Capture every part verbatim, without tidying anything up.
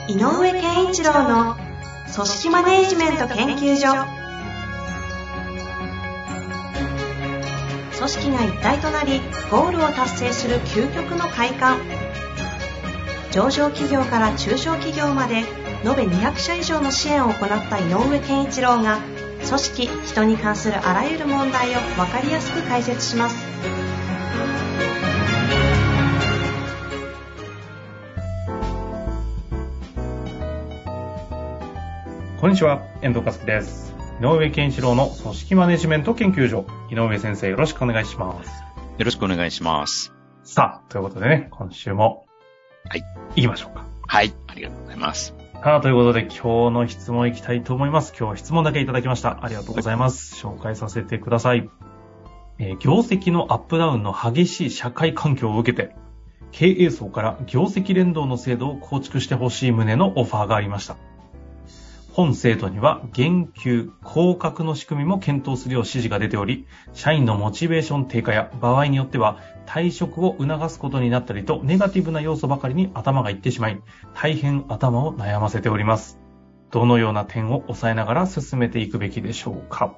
井上健一郎の組織マネジメント研究所。組織が一体となりゴールを達成する究極の快感。上場企業から中小企業まで延べにひゃくしゃ以上の支援を行った井上健一郎が、組織・人に関するあらゆる問題を分かりやすく解説します。 こんにちは、遠藤和樹です。井上健一郎の組織マネジメント研究所。井上先生、よろしくお願いします。 よろしくお願いします。 さあ、ということでね、今週もはい、 行きましょうか。 はい、ありがとうございます。 さあ、ということで今日の質問いきたいと思います。今日は質問だけいただきました。ありがとうございます。紹介させてください。えー、業績のアップダウンの激しい社会環境を受けて、経営層から業績連動の制度を構築してほしい旨のオファーがありました。本制度には減給、降格の仕組みも検討するよう指示が出ており、社員のモチベーション低下や場合によっては退職を促すことになったりと、ネガティブな要素ばかりに頭がいってしまい、大変頭を悩ませております。どのような点を抑えながら進めていくべきでしょうか。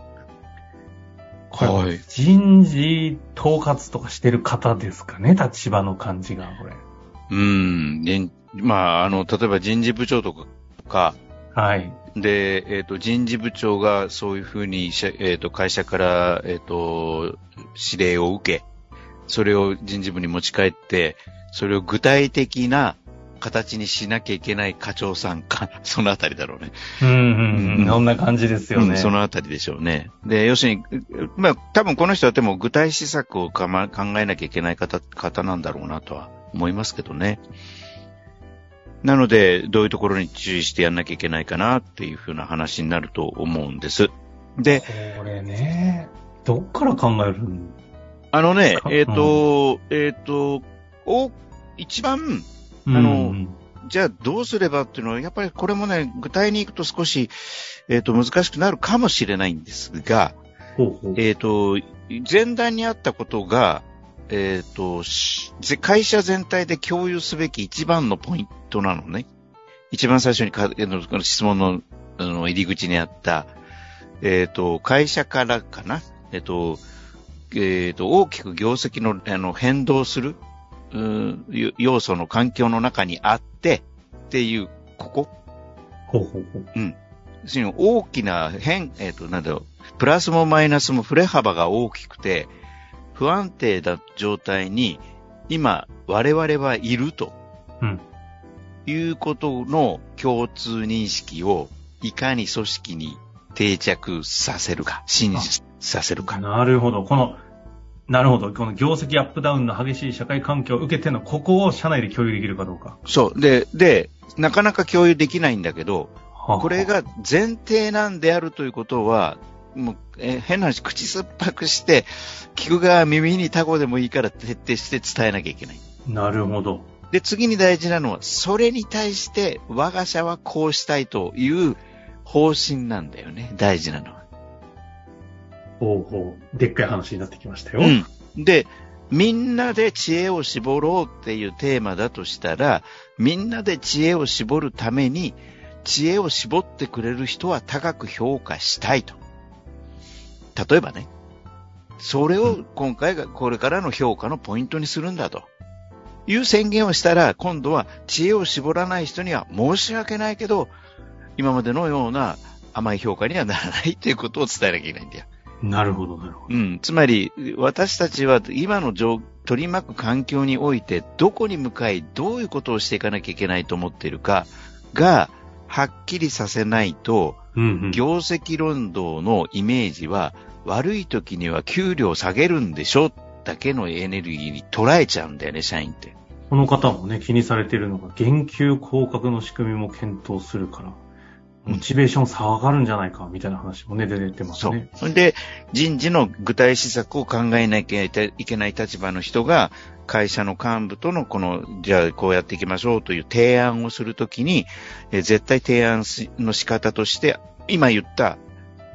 これ、はい、人事統括とかしてる方ですかね、立場の感じが、これ。 うーん、まあ、あの、例えば人事部長とか、 はい。 で、えっ、ー、と、人事部長がそういうふうに、えっ、ー、と、会社から、えっ、ー、と、指令を受け、それを人事部に持ち帰って、それを具体的な形にしなきゃいけない課長さんか、そのあたりだろうね。 うんうんうん。そんな感じですよね。うん、 そのあたりでしょうね。で、要するに、まあ、多分この人はでも具体施策をか、ま、考えなきゃいけない方、方なんだろうなとは思いますけどね。なので、どういうところに注意してやんなきゃいけないかなっていうふうな話になると思うんです。で、 これね、どっから考えるんあのね、えっ、ー、と、うん、えっ、ー、と、お、一番、あの、うん、じゃあどうすればっていうのは、やっぱりこれもね、具体に行くと少し、えっ、ー、と、難しくなるかもしれないんですが、 ほうほうえっ、と、前段にあったことが、えっ、と、会社全体で共有すべき一番のポイントなのね。一番最初にかの質問の、あの入り口にあった、えっ、と、会社からかな。えっ、と、えっ、と、大きく業績の、あの変動するう要素の環境の中にあってっていう、ここ。 ほうほうほう。 うん。要するに大きな変、えっ、と、なんだろう、プラスもマイナスも振れ幅が大きくて、不安定な状態に今我々はいると、うん、いうことの共通認識をいかに組織に定着させるか、信じさせるか。 なるほど。この、なるほど。この業績アップダウンの激しい社会環境を受けてのここを社内で共有できるかどうか。 そう。で、で、なかなか共有できないんだけど、はあ、これが前提なんであるということは、もうえ変な話、口酸っぱくして、聞く側耳にタコでもいいから徹底して伝えなきゃいけない。 なるほど。 で、次に大事なのは、それに対して我が社はこうしたいという方針なんだよね。大事なのは。 ほうほう。でっかい話になってきましたよ。 うん。で、みんなで知恵を絞ろうっていうテーマだとしたら、みんなで知恵を絞るために、知恵を絞ってくれる人は高く評価したいと。例えばね、それを今回がこれからの評価のポイントにするんだという宣言をしたら、今度は知恵を絞らない人には申し訳ないけど、今までのような甘い評価にはならないということを伝えなきゃいけないんだよ。 なるほど、なるほど。 うん。つまり、私たちは今の取り巻く環境において、どこに向かい、どういうことをしていかなきゃいけないと思っているかが、はっきりさせないと、うんうん、業績論道のイメージは、悪い時には給料下げるんでしょだけのエネルギーに捉えちゃうんだよね、社員って。 この方もね、気にされているのが、減給降格の仕組みも検討するから、モチベーション下がるんじゃないか、みたいな話もね、出てますね。 そう。で、人事の具体施策を考えなきゃいけない立場の人が、会社の幹部とのこの、じゃあこうやっていきましょうという提案をするときに、え絶対提案の仕方として、今言った、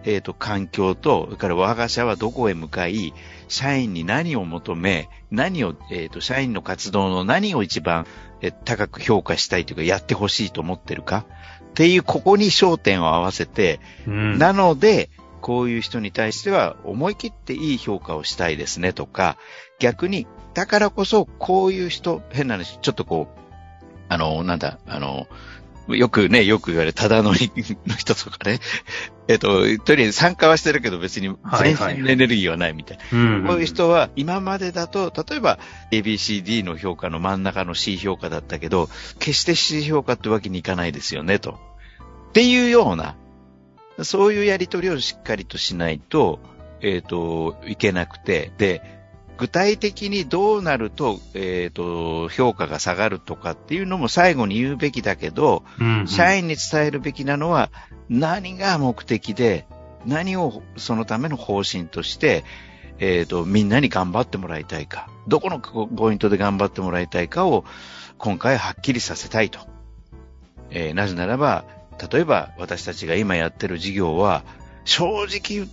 えっと、環境と、それから我が社はどこへ向かい、社員に何を求め、何を、えっと、社員の活動の何を一番、え高く評価したいというか、やってほしいと思ってるかっていう、ここに焦点を合わせて、うん、なので、こういう人に対しては思い切っていい評価をしたいですねとか、逆に、だからこそ、こういう人、変な話、ちょっとこう、あの、なんだ、あの、よくね、よく言われる、ただ乗りの人とかね。えっと、とりあえず参加はしてるけど別に全身のエネルギーはないみたいな。はいはいはい、こういう人は今までだと、例えば エービーシーディー の評価の真ん中の C 評価だったけど、決して C 評価ってわけにいかないですよね、と。っていうような、そういうやりとりをしっかりとしないと、えっと、いけなくて、で、具体的にどうなると、えっと、評価が下がるとかっていうのも最後に言うべきだけど、うんうん、社員に伝えるべきなのは何が目的で、何をそのための方針として、えっと、みんなに頑張ってもらいたいか、どこのポイントで頑張ってもらいたいかを今回はっきりさせたいと。えー、なぜならば、例えば私たちが今やってる事業は、正直言って、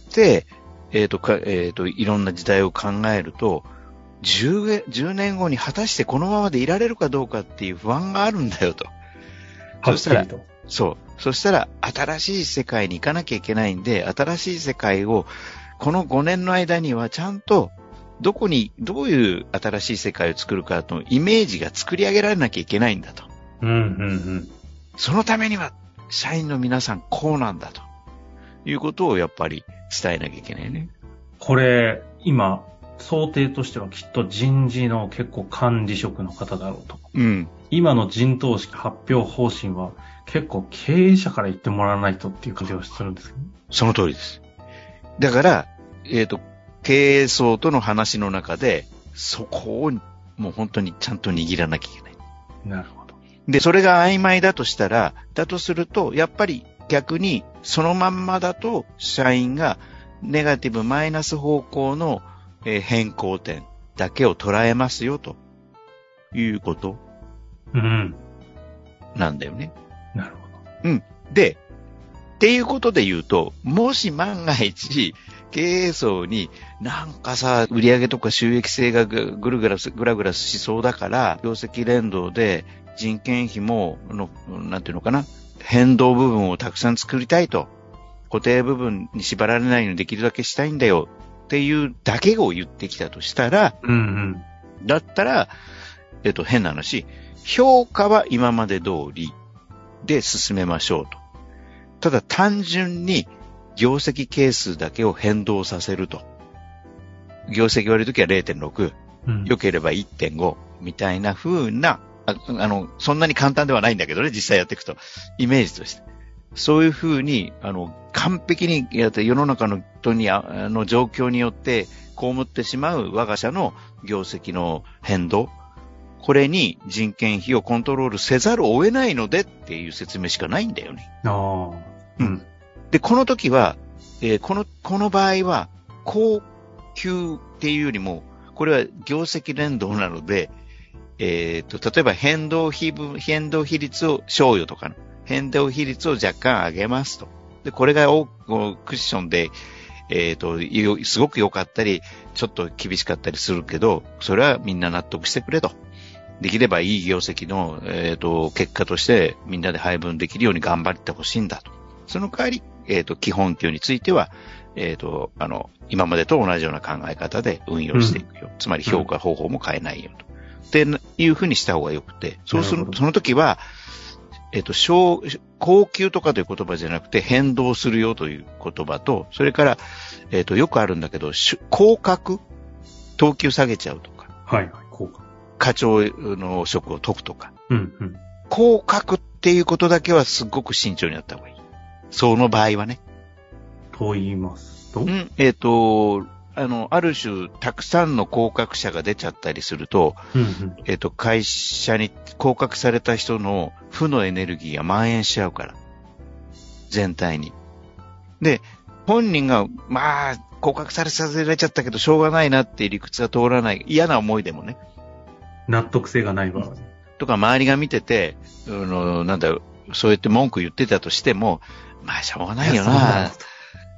えっと、えっと、いろんな時代を考えると、じゅう、じゅうねんごに果たしてこのままでいられるかどうかっていう不安があるんだよと。そしたら、そう。そしたら、新しい世界に行かなきゃいけないんで、新しい世界を、このごねんの間にはちゃんと、どこに、どういう新しい世界を作るかと、イメージが作り上げられなきゃいけないんだと。うんうんうん。そのためには、社員の皆さんこうなんだと。いうことをやっぱり伝えなきゃいけないね。 これ、今、想定としてはきっと人事の結構管理職の方だろうと。うん。今の陣頭指揮発表方針は結構経営者から言ってもらわないとっていう感じがするんですけど。 その通りです。だから、えっと、経営層との話の中で、そこをもう本当にちゃんと握らなきゃいけない。 なるほど。 で、それが曖昧だとしたら、だとすると、やっぱり逆にそのまんまだと社員がネガティブマイナス方向の変更点だけを捉えますよということなんだよね。 うん、なるほど。うん。で、っていうことで言うと、もし万が一経営層になんかさ、売上とか収益性がぐるぐらぐらぐらしそうだから、業績連動で人件費ものなんていうのかな。変動部分をたくさん作りたいと。固定部分に縛られないようにできるだけしたいんだよっていうだけを言ってきたとしたら、うんうん、だったら、えっと、変な話、評価は今まで通りで進めましょうと。ただ単純に業績係数だけを変動させると。業績悪いときは れいてんろく、うん、良ければ いってんご みたいな風なあ, あの、そんなに簡単ではないんだけどね、実際やっていくと。イメージとして。そういうふうに、あの、完璧にやって世の中の人に、あの、状況によって被ってしまう我が社の業績の変動。これに人件費をコントロールせざるを得ないのでっていう説明しかないんだよね。ああ。うん。で、この時は、えー、この、この場合は、高級っていうよりも、これは業績連動なので、えっと、例えば変動比分、変動比率を、賞与とかの、変動比率を若干上げますと。で、これがクッションで、えっと、すごく良かったり、ちょっと厳しかったりするけど、それはみんな納得してくれと。できればいい業績の、えっと、結果としてみんなで配分できるように頑張ってほしいんだと。その代わり、えっと、基本給については、えっと、あの、今までと同じような考え方で運用していくよ。うん、つまり評価方法も変えないよと。っていうふうにした方がよくて、そうする、その時は、えっと、小、高級とかという言葉じゃなくて変動するよという言葉と、それから、えっと、よくあるんだけど、降格等級下げちゃうとか。 はいはい、降格。 課長の職を解くとか。 うんうん。 降格っていうことだけはすごく慎重にやった方がいい。その場合はね。 と言いますと、 うん、えっと、あの、ある種、たくさんの降格者が出ちゃったりすると、うんうん、えっと、会社に降格された人の負のエネルギーが蔓延しちゃうから。全体に。で、本人が、まあ、降格されさせられちゃったけど、しょうがないなっていう理屈が通らない。嫌な思いでもね。 納得性がない場合。 とか、周りが見てて、あの、なんだろう、そうやって文句言ってたとしても、まあ、しょうがないよな。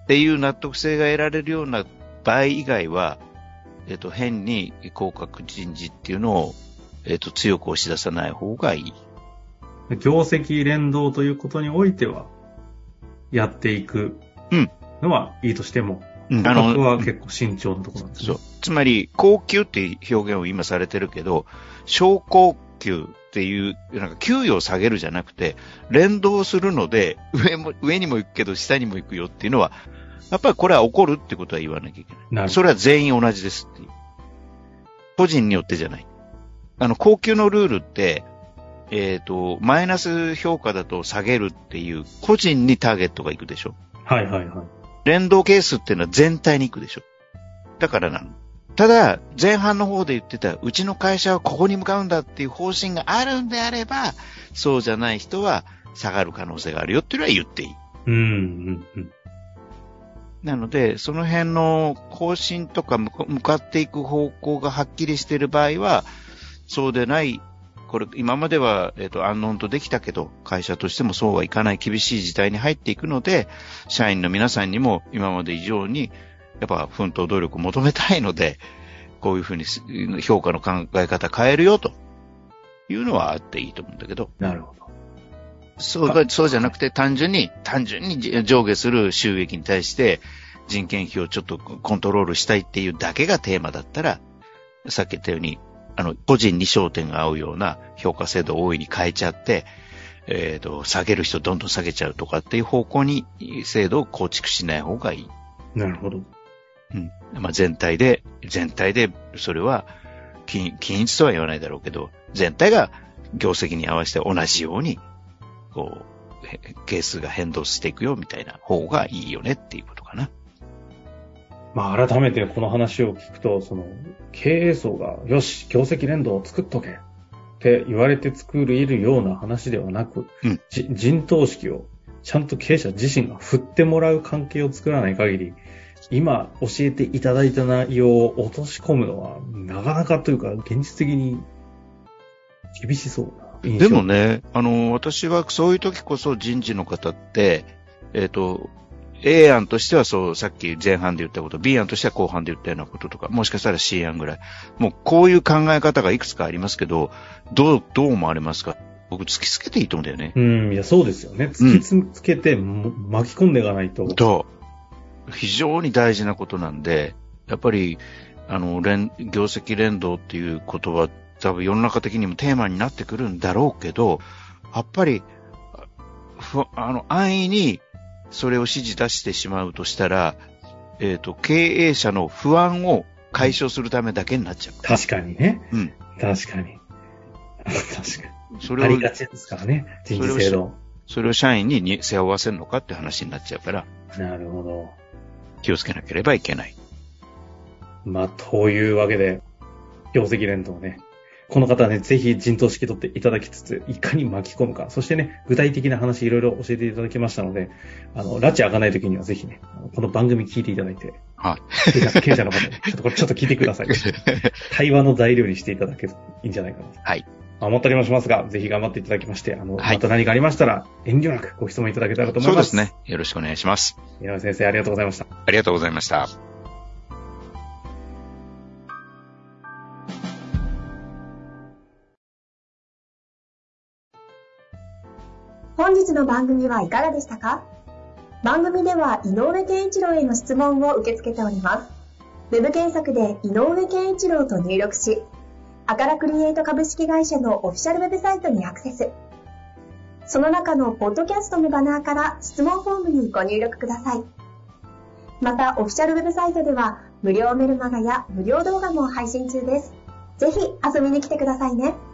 っていう納得性が得られるような場合以外は、えっと、変に降格人事っていうのを、えっと、強く押し出さない方がいい。 業績連動ということにおいては、やっていくのはいいとしても、 うん、 価格は結構慎重なところなんですね。 そう。つまり、高級っていう表現を今されてるけど、小高級っていう、なんか給与を下げるじゃなくて、連動するので、上も、上にも行くけど下にも行くよっていうのは、やっぱりこれは起こるってことは言わなきゃいけない。なるほど。それは全員同じですっていう。個人によってじゃない。あの、高級のルールって、えっと、マイナス評価だと下げるっていう、個人にターゲットが行くでしょ。 はいはいはい。 連動係数っていうのは全体に行くでしょ。だからなの。ただ、前半の方で言ってた、うちの会社はここに向かうんだっていう方針があるんであれば、そうじゃない人は下がる可能性があるよっていうのは言っていい。 うんうんうん。 なので、その辺の方針とか向かっていく方向がはっきりしている場合は、そうでない、これ、今までは、えっと、安穏とできたけど、会社としてもそうはいかない厳しい時代に入っていくので、社員の皆さんにも今まで以上に、やっぱ奮闘努力を求めたいので、こういうふうに評価の考え方変えるよというのはあっていいと思うんだけど。 なるほど。 そう、そうじゃなくて単純に、単純に上下する収益に対して人件費をちょっとコントロールしたいっていうだけがテーマだったら、さっき言ったように、あの、個人に焦点が合うような評価制度を大いに変えちゃって、えっと、下げる人どんどん下げちゃうとかっていう方向に制度を構築しない方がいい。 なるほど。 うん。まあ、全体で、全体で、それは、均一とは言わないだろうけど、全体が業績に合わせて同じように、こう、係数が変動していくよみたいな方がいいよねっていうことかな。 まあ、改めてこの話を聞くと、その、経営層が、よし、業績連動を作っとけって言われて作るような話ではなく、うん、陣頭指揮をちゃんと経営者自身が振ってもらう関係を作らない限り、今教えていただいた内容を落とし込むのは、なかなかというか、現実的に厳しそうな印象。 でもね、あの、私はそういう時こそ人事の方って、えっと、A 案としてはそう、さっき前半で言ったこと、B 案としては後半で言ったようなこととか、もしかしたら C 案ぐらい。もうこういう考え方がいくつかありますけど、どう、どう思われますか？僕突きつけていいと思うんだよね。 うん、いや、そうですよね。突きつけて、うん、巻き込んでいかないと。 と、非常に大事なことなんで、やっぱり、あの、連、業績連動っていう言葉、多分世の中的にもテーマになってくるんだろうけど、やっぱり、あの、安易に、それを指示出してしまうとしたら、えっと、経営者の不安を解消するためだけになっちゃう。 確かにね。 うん。 確かに。確かに。 それを、 ありがちですからね、人事制度。 それを社員に背負わせるのかって話になっちゃうから。 なるほど。 気をつけなければいけない。 まあ、というわけで、業績連動ね。この方はね、ぜひ陣頭指揮取っていただきつつ、いかに巻き込むか、そしてね、具体的な話いろいろ教えていただきましたので、あの、拉致開かないときにはぜひね、この番組聞いていただいて、 はい。 経営者の方に、ちょっとこれちょっと聞いてください。対話の材料にしていただけるといいんじゃないかなと。 はい。 思ったりもしますが、ぜひ頑張っていただきまして、あの、はい、また何かありましたら、遠慮なくご質問いただけたらと思います。 そうですね。よろしくお願いします。 井上先生、ありがとうございました。 ありがとうございました。 本日の番組はいかがでしたか？番組では井上健一郎への質問を受け付けております。ウェブ検索で井上健一郎と入力し、アカラクリエイト株式会社のオフィシャルウェブサイトにアクセス。その中のポッドキャストのバナーから質問フォームにご入力ください。また、オフィシャルウェブサイトでは無料メルマガや無料動画も配信中です。ぜひ遊びに来てくださいね。